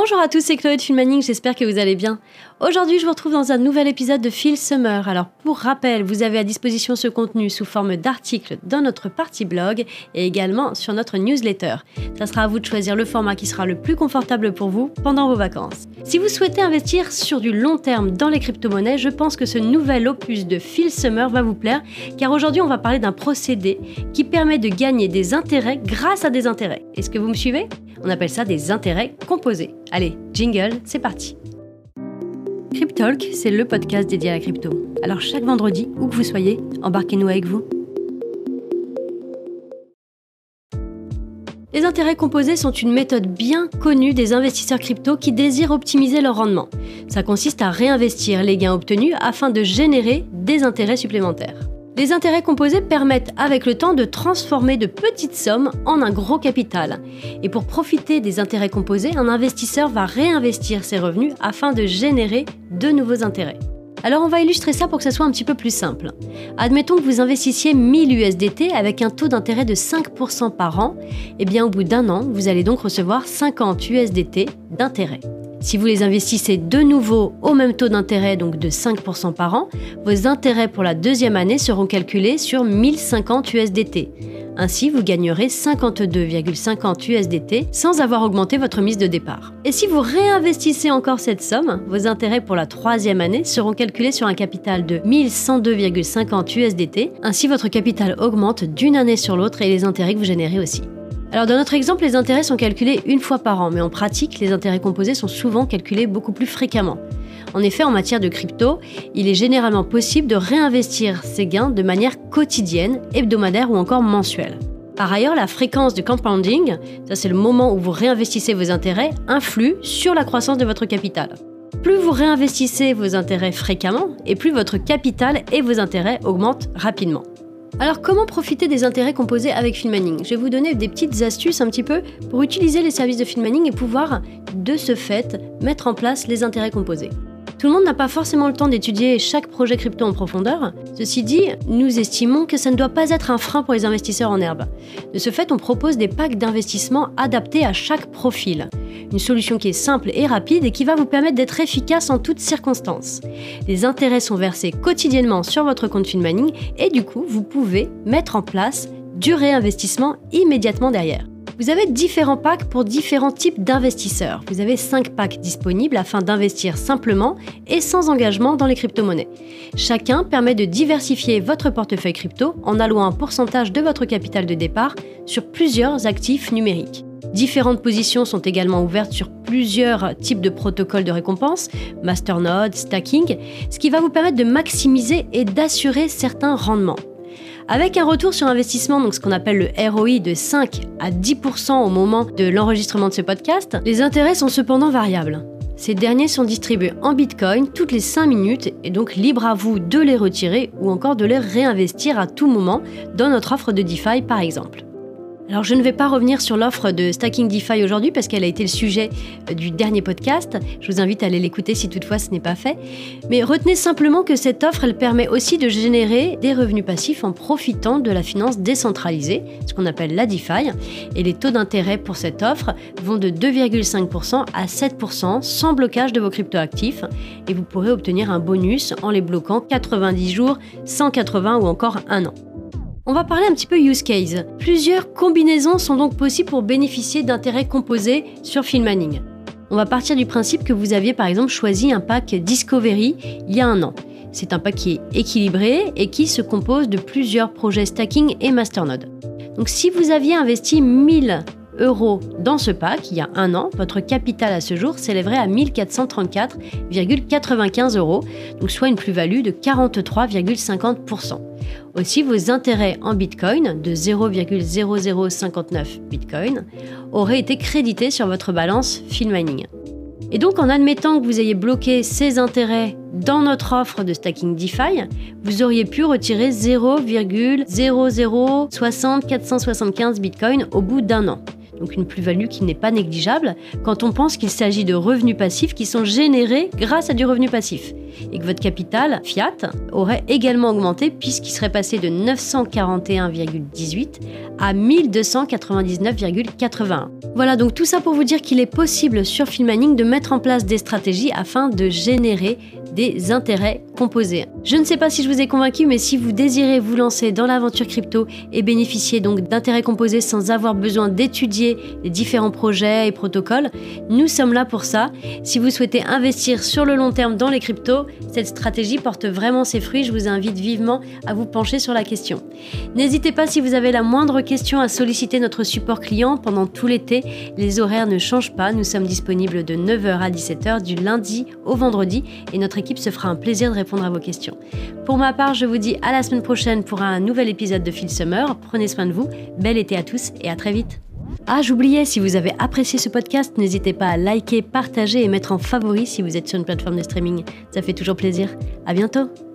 Bonjour à tous, c'est Chloé de Filmmanning, j'espère que vous allez bien. Aujourd'hui, je vous retrouve dans un nouvel épisode de Feel Summer. Alors, pour rappel, vous avez à disposition ce contenu sous forme d'articles dans notre partie blog et également sur notre newsletter. Ça sera à vous de choisir le format qui sera le plus confortable pour vous pendant vos vacances. Si vous souhaitez investir sur du long terme dans les crypto-monnaies, je pense que ce nouvel opus de Feel Summer va vous plaire, car aujourd'hui, on va parler d'un procédé qui permet de gagner des intérêts grâce à des intérêts. Est-ce que vous me suivez ? On appelle ça des intérêts composés. Allez, jingle, c'est parti. Cryptalk, c'est le podcast dédié à la crypto. Alors chaque vendredi, où que vous soyez, embarquez-nous avec vous. Les intérêts composés sont une méthode bien connue des investisseurs crypto qui désirent optimiser leur rendement. Ça consiste à réinvestir les gains obtenus afin de générer des intérêts supplémentaires. Les intérêts composés permettent avec le temps de transformer de petites sommes en un gros capital. Et pour profiter des intérêts composés, un investisseur va réinvestir ses revenus afin de générer de nouveaux intérêts. Alors on va illustrer ça pour que ça soit un petit peu plus simple. Admettons que vous investissiez 1000 USDT avec un taux d'intérêt de 5% par an. Et bien au bout d'un an, vous allez donc recevoir 50 USDT d'intérêt. Si vous les investissez de nouveau au même taux d'intérêt, donc de 5% par an, vos intérêts pour la deuxième année seront calculés sur 1050 USDT. Ainsi, vous gagnerez 52,50 USDT sans avoir augmenté votre mise de départ. Et si vous réinvestissez encore cette somme, vos intérêts pour la troisième année seront calculés sur un capital de 1102,50 USDT. Ainsi, votre capital augmente d'une année sur l'autre et les intérêts que vous générez aussi. Alors dans notre exemple, les intérêts sont calculés une fois par an, mais en pratique, les intérêts composés sont souvent calculés beaucoup plus fréquemment. En effet, en matière de crypto, il est généralement possible de réinvestir ces gains de manière quotidienne, hebdomadaire ou encore mensuelle. Par ailleurs, la fréquence du compounding, ça c'est le moment où vous réinvestissez vos intérêts, influe sur la croissance de votre capital. Plus vous réinvestissez vos intérêts fréquemment, et plus votre capital et vos intérêts augmentent rapidement. Alors comment profiter des intérêts composés avec Filmmanning ? Je vais vous donner des petites astuces un petit peu pour utiliser les services de Filmmanning et pouvoir, de ce fait, mettre en place les intérêts composés. Tout le monde n'a pas forcément le temps d'étudier chaque projet crypto en profondeur. Ceci dit, nous estimons que ça ne doit pas être un frein pour les investisseurs en herbe. De ce fait, on propose des packs d'investissement adaptés à chaque profil. Une solution qui est simple et rapide et qui va vous permettre d'être efficace en toutes circonstances. Les intérêts sont versés quotidiennement sur votre compte Filmmanning et du coup, vous pouvez mettre en place du réinvestissement immédiatement derrière. Vous avez différents packs pour différents types d'investisseurs. Vous avez 5 packs disponibles afin d'investir simplement et sans engagement dans les crypto-monnaies. Chacun permet de diversifier votre portefeuille crypto en allouant un pourcentage de votre capital de départ sur plusieurs actifs numériques. Différentes positions sont également ouvertes sur plusieurs types de protocoles de récompense, masternode, stacking, ce qui va vous permettre de maximiser et d'assurer certains rendements. Avec un retour sur investissement, donc ce qu'on appelle le ROI de 5 à 10% au moment de l'enregistrement de ce podcast, les intérêts sont cependant variables. Ces derniers sont distribués en Bitcoin toutes les 5 minutes et donc libre à vous de les retirer ou encore de les réinvestir à tout moment dans notre offre de DeFi par exemple. Alors je ne vais pas revenir sur l'offre de Stacking DeFi aujourd'hui parce qu'elle a été le sujet du dernier podcast. Je vous invite à aller l'écouter si toutefois ce n'est pas fait. Mais retenez simplement que cette offre, elle permet aussi de générer des revenus passifs en profitant de la finance décentralisée, ce qu'on appelle la DeFi. Et les taux d'intérêt pour cette offre vont de 2,5% à 7% sans blocage de vos cryptoactifs. Et vous pourrez obtenir un bonus en les bloquant 90 jours, 180 ou encore 1 an. On va parler un petit peu use case. Plusieurs combinaisons sont donc possibles pour bénéficier d'intérêts composés sur Filmmanning. On va partir du principe que vous aviez par exemple choisi un pack Discovery il y a 1 an. C'est un pack qui est équilibré et qui se compose de plusieurs projets stacking et masternode. Donc si vous aviez investi 1000 € dans ce pack il y a 1 an, votre capital à ce jour s'élèverait à 1434,95 €, donc soit une plus-value de 43,50%. Aussi, vos intérêts en Bitcoin de 0,0059 Bitcoin auraient été crédités sur votre balance Filmmanning. Et donc, en admettant que vous ayez bloqué ces intérêts dans notre offre de Stacking DeFi, vous auriez pu retirer 0,0060475 Bitcoin au bout d'1 an. Donc une plus-value qui n'est pas négligeable quand on pense qu'il s'agit de revenus passifs qui sont générés grâce à du revenu passif. et que votre capital, fiat, aurait également augmenté puisqu'il serait passé de 941,18 à 1299,81. Voilà, donc tout ça pour vous dire qu'il est possible sur Filmaning de mettre en place des stratégies afin de générer des intérêts composés. Je ne sais pas si je vous ai convaincu, mais si vous désirez vous lancer dans l'aventure crypto et bénéficier donc d'intérêts composés sans avoir besoin d'étudier les différents projets et protocoles, nous sommes là pour ça. Si vous souhaitez investir sur le long terme dans les cryptos, cette stratégie porte vraiment ses fruits. Je vous invite vivement à vous pencher sur la question. N'hésitez pas, si vous avez la moindre question, à solliciter notre support client pendant tout l'été. Les horaires ne changent pas. Nous sommes disponibles de 9h à 17h du lundi au vendredi et notre équipe se fera un plaisir de répondre à vos questions. Pour ma part, je vous dis à la semaine prochaine pour un nouvel épisode de Phil Summer. Prenez soin de vous, bel été à tous et à très vite. Ah, j'oubliais, si vous avez apprécié ce podcast, n'hésitez pas à liker, partager et mettre en favori si vous êtes sur une plateforme de streaming. Ça fait toujours plaisir. À bientôt.